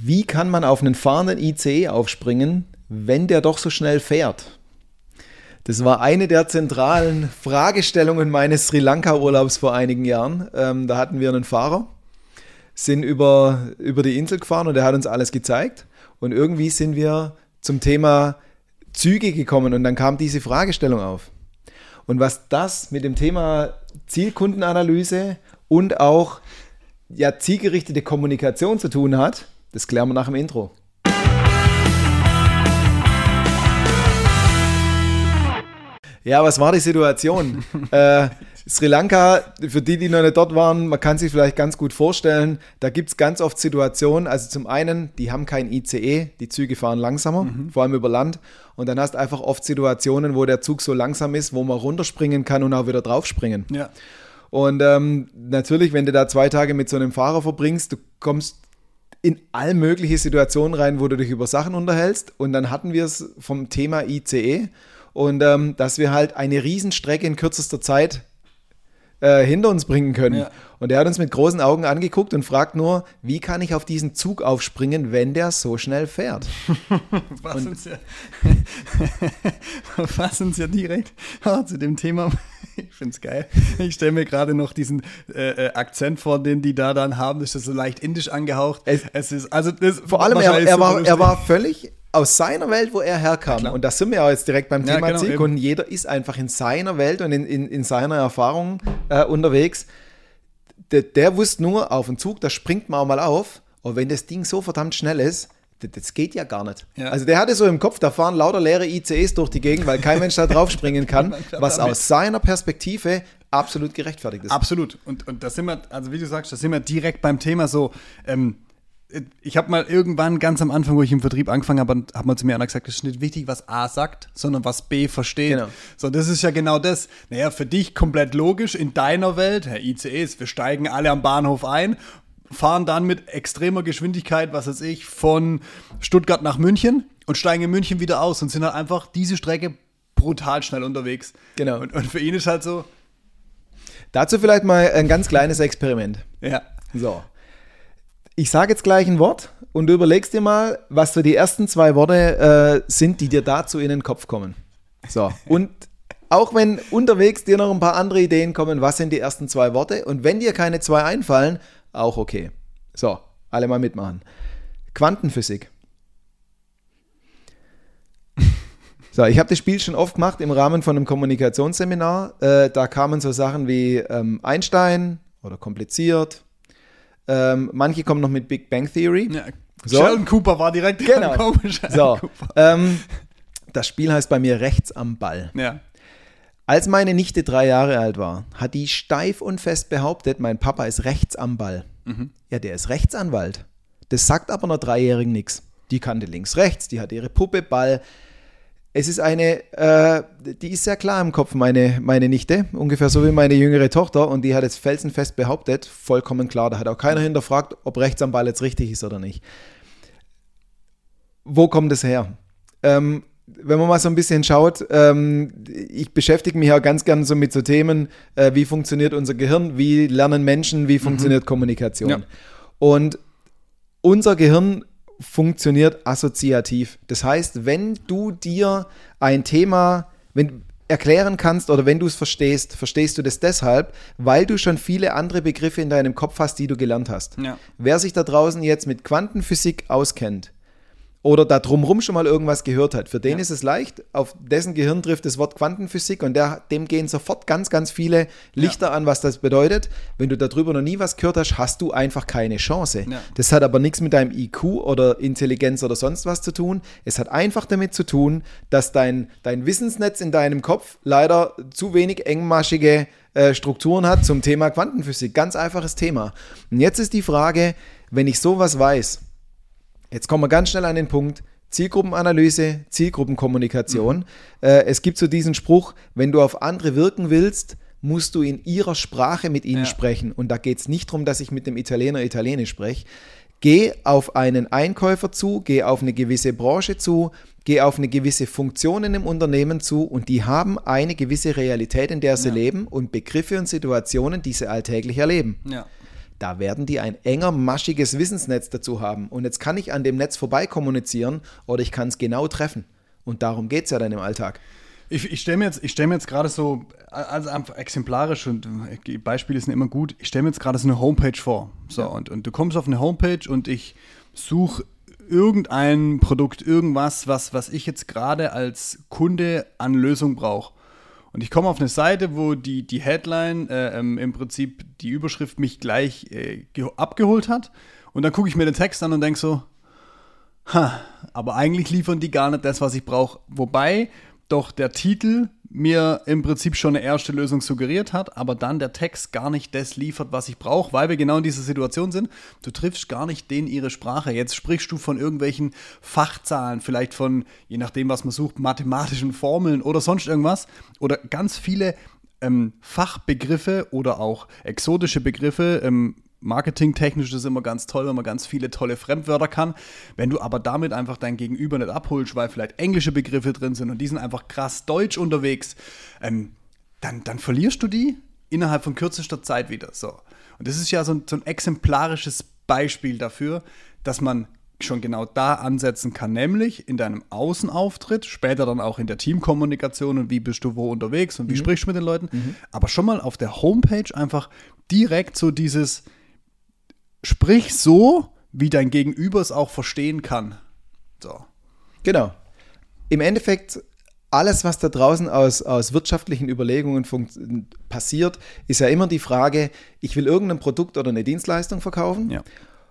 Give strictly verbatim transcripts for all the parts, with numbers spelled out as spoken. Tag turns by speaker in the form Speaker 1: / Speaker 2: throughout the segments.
Speaker 1: Wie kann man auf einen fahrenden I C E aufspringen, wenn der doch so schnell fährt? Das war eine der zentralen Fragestellungen meines Sri Lanka-Urlaubs vor einigen Jahren. Ähm, da hatten wir einen Fahrer, sind über, über die Insel gefahren und der hat uns alles gezeigt. Und irgendwie sind wir zum Thema Züge gekommen und dann kam diese Fragestellung auf. Und was das mit dem Thema Zielkundenanalyse und auch ja, zielgerichtete Kommunikation zu tun hat, das klären wir nach dem Intro. Ja, was war die Situation? äh, Sri Lanka, für die, die noch nicht dort waren, man kann sich vielleicht ganz gut vorstellen, da gibt es ganz oft Situationen, also zum einen, die haben kein I C E, die Züge fahren langsamer, mhm. vor allem über Land, und dann hast du einfach oft Situationen, wo der Zug so langsam ist, wo man runterspringen kann und auch wieder draufspringen.
Speaker 2: Ja.
Speaker 1: Und ähm, natürlich, wenn du da zwei Tage mit so einem Fahrer verbringst, du kommst in all mögliche Situationen rein, wo du dich über Sachen unterhältst, und dann hatten wir es vom Thema I C E und ähm, dass wir halt eine Riesenstrecke in kürzester Zeit äh, hinter uns bringen können. Ja. Und er hat uns mit großen Augen angeguckt und fragt nur, wie kann ich auf diesen Zug aufspringen, wenn der so schnell fährt?
Speaker 2: Was uns ja, was uns ja direkt oh, zu dem Thema, ich finde es geil, ich stelle mir gerade noch diesen äh, Akzent vor, den die da dann haben, das ist so leicht indisch angehaucht.
Speaker 1: Es,
Speaker 2: es ist, also das
Speaker 1: vor allem, er, er, war, er war völlig aus seiner Welt, wo er herkam. Ja, und da sind wir ja jetzt direkt beim Thema ja, genau, Zielkunden. Eben. Jeder ist einfach in seiner Welt und in, in, in seiner Erfahrung äh, unterwegs. Der, der wusste nur, auf den Zug, da springt man auch mal auf. Und wenn das Ding so verdammt schnell ist, das, das geht ja gar nicht. Ja. Also der hatte so im Kopf, da fahren lauter leere I C Es durch die Gegend, weil kein Mensch da drauf springen kann, was aus seiner Perspektive absolut gerechtfertigt ist.
Speaker 2: Absolut. Und, und da sind wir, also wie du sagst, da sind wir direkt beim Thema so, ähm, ich habe mal irgendwann ganz am Anfang, wo ich im Vertrieb angefangen habe, hat man zu mir einer gesagt, es ist nicht wichtig, was A sagt, sondern was B versteht.
Speaker 1: Genau.
Speaker 2: So, das ist ja genau das. Naja, für dich komplett logisch, in deiner Welt, Herr I C Es, wir steigen alle am Bahnhof ein, fahren dann mit extremer Geschwindigkeit, was weiß ich, von Stuttgart nach München und steigen in München wieder aus und sind halt einfach diese Strecke brutal schnell unterwegs.
Speaker 1: Genau.
Speaker 2: Und, und für ihn ist halt so.
Speaker 1: Dazu vielleicht mal ein ganz kleines Experiment.
Speaker 2: Ja.
Speaker 1: So. Ich sage jetzt gleich ein Wort und du überlegst dir mal, was für die ersten zwei Worte äh, sind, die dir dazu in den Kopf kommen. So, und auch wenn unterwegs dir noch ein paar andere Ideen kommen, was sind die ersten zwei Worte? Und wenn dir keine zwei einfallen, auch okay. So, alle mal mitmachen. Quantenphysik. So, ich habe das Spiel schon oft gemacht im Rahmen von einem Kommunikationsseminar. Äh, da kamen so Sachen wie ähm, Einstein oder kompliziert. Ähm, manche kommen noch mit Big Bang Theory. Ja,
Speaker 2: so. Sheldon Cooper war direkt
Speaker 1: genau.
Speaker 2: komisch.
Speaker 1: So, ähm, das Spiel heißt bei mir rechts am Ball.
Speaker 2: Ja.
Speaker 1: Als meine Nichte drei Jahre alt war, hat die steif und fest behauptet, mein Papa ist rechts am Ball. Mhm. Ja, der ist Rechtsanwalt. Das sagt aber einer Dreijährigen nichts. Die kannte links, rechts, die hat ihre Puppe, Ball. Es ist eine, äh, die ist sehr klar im Kopf, meine, meine Nichte, ungefähr so wie meine jüngere Tochter, und die hat jetzt felsenfest behauptet, vollkommen klar, da hat auch keiner hinterfragt, ob rechts am Ball jetzt richtig ist oder nicht. Wo kommt das her? Ähm, wenn man mal so ein bisschen schaut, ähm, ich beschäftige mich auch ganz gern so mit so Themen, äh, wie funktioniert unser Gehirn, wie lernen Menschen, wie funktioniert mhm. Kommunikation. Ja. Und unser Gehirn funktioniert assoziativ. Das heißt, wenn du dir ein Thema wenn, erklären kannst oder wenn du es verstehst, verstehst du das deshalb, weil du schon viele andere Begriffe in deinem Kopf hast, die du gelernt hast.
Speaker 2: Ja.
Speaker 1: Wer sich da draußen jetzt mit Quantenphysik auskennt oder da drumherum schon mal irgendwas gehört hat, für den ja. ist es leicht, auf dessen Gehirn trifft das Wort Quantenphysik und der, dem gehen sofort ganz, ganz viele Lichter ja. an, was das bedeutet. Wenn du darüber noch nie was gehört hast, hast du einfach keine Chance. Ja. Das hat aber nichts mit deinem I Q oder Intelligenz oder sonst was zu tun. Es hat einfach damit zu tun, dass dein, dein Wissensnetz in deinem Kopf leider zu wenig engmaschige äh, Strukturen hat zum Thema Quantenphysik. Ganz einfaches Thema. Und jetzt ist die Frage, wenn ich sowas weiß, jetzt kommen wir ganz schnell an den Punkt, Zielgruppenanalyse, Zielgruppenkommunikation. Mhm. Äh, es gibt so diesen Spruch, wenn du auf andere wirken willst, musst du in ihrer Sprache mit ihnen ja. sprechen. Und da geht es nicht darum, dass ich mit dem Italiener Italienisch spreche. Geh auf einen Einkäufer zu, geh auf eine gewisse Branche zu, geh auf eine gewisse Funktion in einem Unternehmen zu und die haben eine gewisse Realität, in der sie ja. leben und Begriffe und Situationen, die sie alltäglich erleben.
Speaker 2: Ja.
Speaker 1: da werden die ein enger, maschiges Wissensnetz dazu haben. Und jetzt kann ich an dem Netz vorbei kommunizieren oder ich kann es genau treffen. Und darum geht es ja dann im Alltag.
Speaker 2: Ich, ich stelle mir jetzt, ich stell mir jetzt gerade so, also einfach exemplarisch und die Beispiele sind immer gut, ich stelle mir jetzt gerade so eine Homepage vor. So, ja. und, und du kommst auf eine Homepage und ich suche irgendein Produkt, irgendwas, was, was ich jetzt gerade als Kunde an Lösung brauche. Und ich komme auf eine Seite, wo die, die Headline äh, ähm, im Prinzip die Überschrift mich gleich äh, ge- abgeholt hat. Und dann gucke ich mir den Text an und denke so, ha, aber eigentlich liefern die gar nicht das, was ich brauche. Wobei doch der Titel mir im Prinzip schon eine erste Lösung suggeriert hat, aber dann der Text gar nicht das liefert, was ich brauche, weil wir genau in dieser Situation sind. Du triffst gar nicht denen ihre Sprache. Jetzt sprichst du von irgendwelchen Fachzahlen, vielleicht von, je nachdem, was man sucht, mathematischen Formeln oder sonst irgendwas. Oder ganz viele ähm, Fachbegriffe oder auch exotische Begriffe. Ähm, Marketingtechnisch ist es immer ganz toll, wenn man ganz viele tolle Fremdwörter kann. Wenn du aber damit einfach dein Gegenüber nicht abholst, weil vielleicht englische Begriffe drin sind und die sind einfach krass deutsch unterwegs, ähm, dann, dann verlierst du die innerhalb von kürzester Zeit wieder. So. Und das ist ja so ein, so ein exemplarisches Beispiel dafür, dass man schon genau da ansetzen kann, nämlich in deinem Außenauftritt, später dann auch in der Teamkommunikation und wie bist du wo unterwegs und wie mhm. sprichst du mit den Leuten, mhm. aber schon mal auf der Homepage einfach direkt so dieses sprich so, wie dein Gegenüber es auch verstehen kann. So.
Speaker 1: Genau. Im Endeffekt, alles, was da draußen aus, aus wirtschaftlichen Überlegungen funkt, passiert, ist ja immer die Frage, ich will irgendein Produkt oder eine Dienstleistung verkaufen.
Speaker 2: Ja.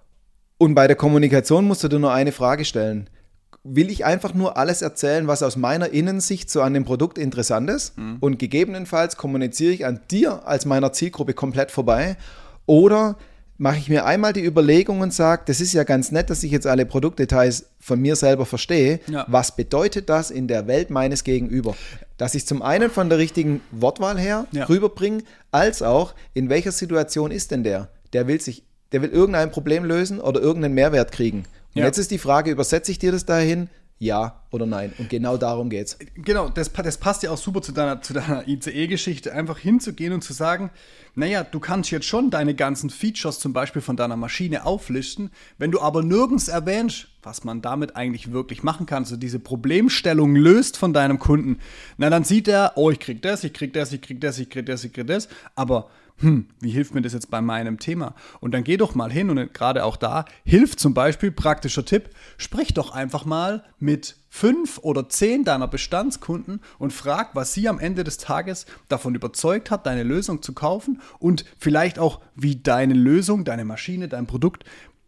Speaker 1: Und bei der Kommunikation musst du dir nur eine Frage stellen. Will ich einfach nur alles erzählen, was aus meiner Innensicht so an dem Produkt interessant ist? Mhm. Und gegebenenfalls kommuniziere ich an dir als meiner Zielgruppe komplett vorbei? Oder mache ich mir einmal die Überlegung und sage, das ist ja ganz nett, dass ich jetzt alle Produktdetails von mir selber verstehe. Ja. Was bedeutet das in der Welt meines Gegenüber? Dass ich zum einen von der richtigen Wortwahl her ja. rüberbringe, als auch, in welcher Situation ist denn der? Der will sich, der will irgendein Problem lösen oder irgendeinen Mehrwert kriegen. Und ja. jetzt ist die Frage, übersetze ich dir das dahin? Ja oder nein? Und genau darum geht's.
Speaker 2: Genau, das, das passt ja auch super zu deiner, zu deiner I C E-Geschichte, einfach hinzugehen und zu sagen, naja, du kannst jetzt schon deine ganzen Features zum Beispiel von deiner Maschine auflisten, wenn du aber nirgends erwähnst, was man damit eigentlich wirklich machen kann, so diese Problemstellung löst von deinem Kunden, na dann sieht er, oh, ich krieg das, ich krieg das, ich krieg das, ich krieg das, ich krieg das, aber hm, wie hilft mir das jetzt bei meinem Thema? Und dann geh doch mal hin und gerade auch da hilft zum Beispiel, praktischer Tipp, sprich doch einfach mal mit fünf oder zehn deiner Bestandskunden und frag, was sie am Ende des Tages davon überzeugt hat, deine Lösung zu kaufen und vielleicht auch, wie deine Lösung, deine Maschine, dein Produkt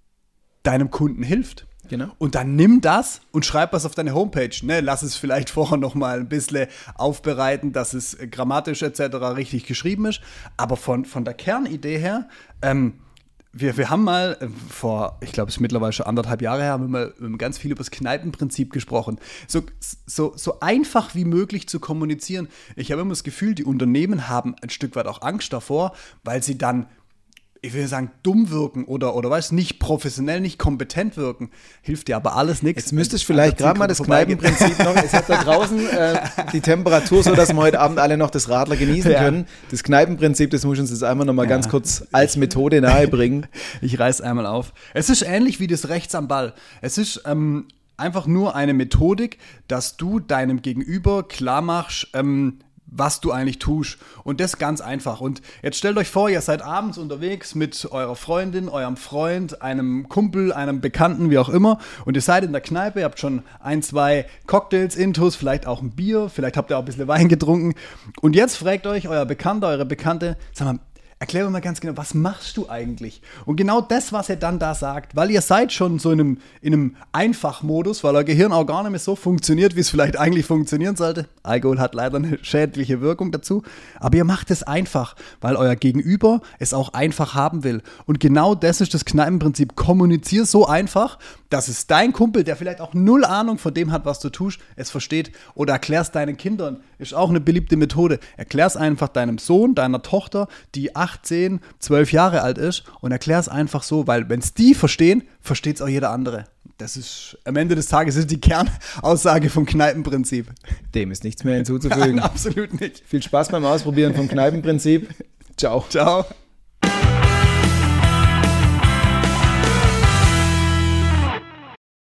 Speaker 2: deinem Kunden hilft.
Speaker 1: Genau.
Speaker 2: Und dann nimm das und schreib was auf deine Homepage. Ne? Lass es vielleicht vorher noch mal ein bisschen aufbereiten, dass es grammatisch et cetera richtig geschrieben ist. Aber von, von der Kernidee her, ähm, wir, wir haben mal äh, vor, ich glaube, es ist mittlerweile schon anderthalb Jahre her, haben wir mal ganz viel über das Kneipenprinzip gesprochen. So, so, so einfach wie möglich zu kommunizieren. Ich habe immer das Gefühl, die Unternehmen haben ein Stück weit auch Angst davor, weil sie dann, ich will sagen, dumm wirken oder, oder weißt, nicht professionell, nicht kompetent wirken. Hilft dir aber alles nichts.
Speaker 1: Jetzt müsstest du vielleicht gerade mal das Kneipenprinzip noch, es hat da draußen äh, die Temperatur so, dass wir heute Abend alle noch das Radler genießen ja. können. Das Kneipenprinzip, das muss uns jetzt einmal noch mal ja. ganz kurz als Methode nahebringen.
Speaker 2: Ich reiß einmal auf. Es ist ähnlich wie das Rechts am Ball. Es ist ähm, einfach nur eine Methodik, dass du deinem Gegenüber klar machst, ähm, was du eigentlich tust. Und das ganz einfach. Und jetzt stellt euch vor, ihr seid abends unterwegs mit eurer Freundin, eurem Freund, einem Kumpel, einem Bekannten, wie auch immer. Und ihr seid in der Kneipe, ihr habt schon ein, zwei Cocktails, Intus, vielleicht auch ein Bier, vielleicht habt ihr auch ein bisschen Wein getrunken. Und jetzt fragt euch euer Bekannter, eure Bekannte, sag mal, erklär mir mal ganz genau, was machst du eigentlich? Und genau das, was er dann da sagt, weil ihr seid schon so in einem, in einem Einfachmodus, weil euer Gehirn auch gar nicht mehr so funktioniert, wie es vielleicht eigentlich funktionieren sollte. Alkohol hat leider eine schädliche Wirkung dazu. Aber ihr macht es einfach, weil euer Gegenüber es auch einfach haben will. Und genau das ist das Kneipenprinzip. Kommunizier so einfach, dass es dein Kumpel, der vielleicht auch null Ahnung von dem hat, was du tust, es versteht. Oder erklär's deinen Kindern. Ist auch eine beliebte Methode. Erklär's einfach deinem Sohn, deiner Tochter, die achtzehn, zwölf Jahre alt ist und erklär's einfach so, weil wenn es die verstehen, versteht es auch jeder andere. Das ist am Ende des Tages ist die Kernaussage vom Kneipenprinzip.
Speaker 1: Dem ist nichts mehr hinzuzufügen.
Speaker 2: Nein, absolut nicht.
Speaker 1: Viel Spaß beim Ausprobieren vom Kneipenprinzip. Ciao.
Speaker 2: Ciao.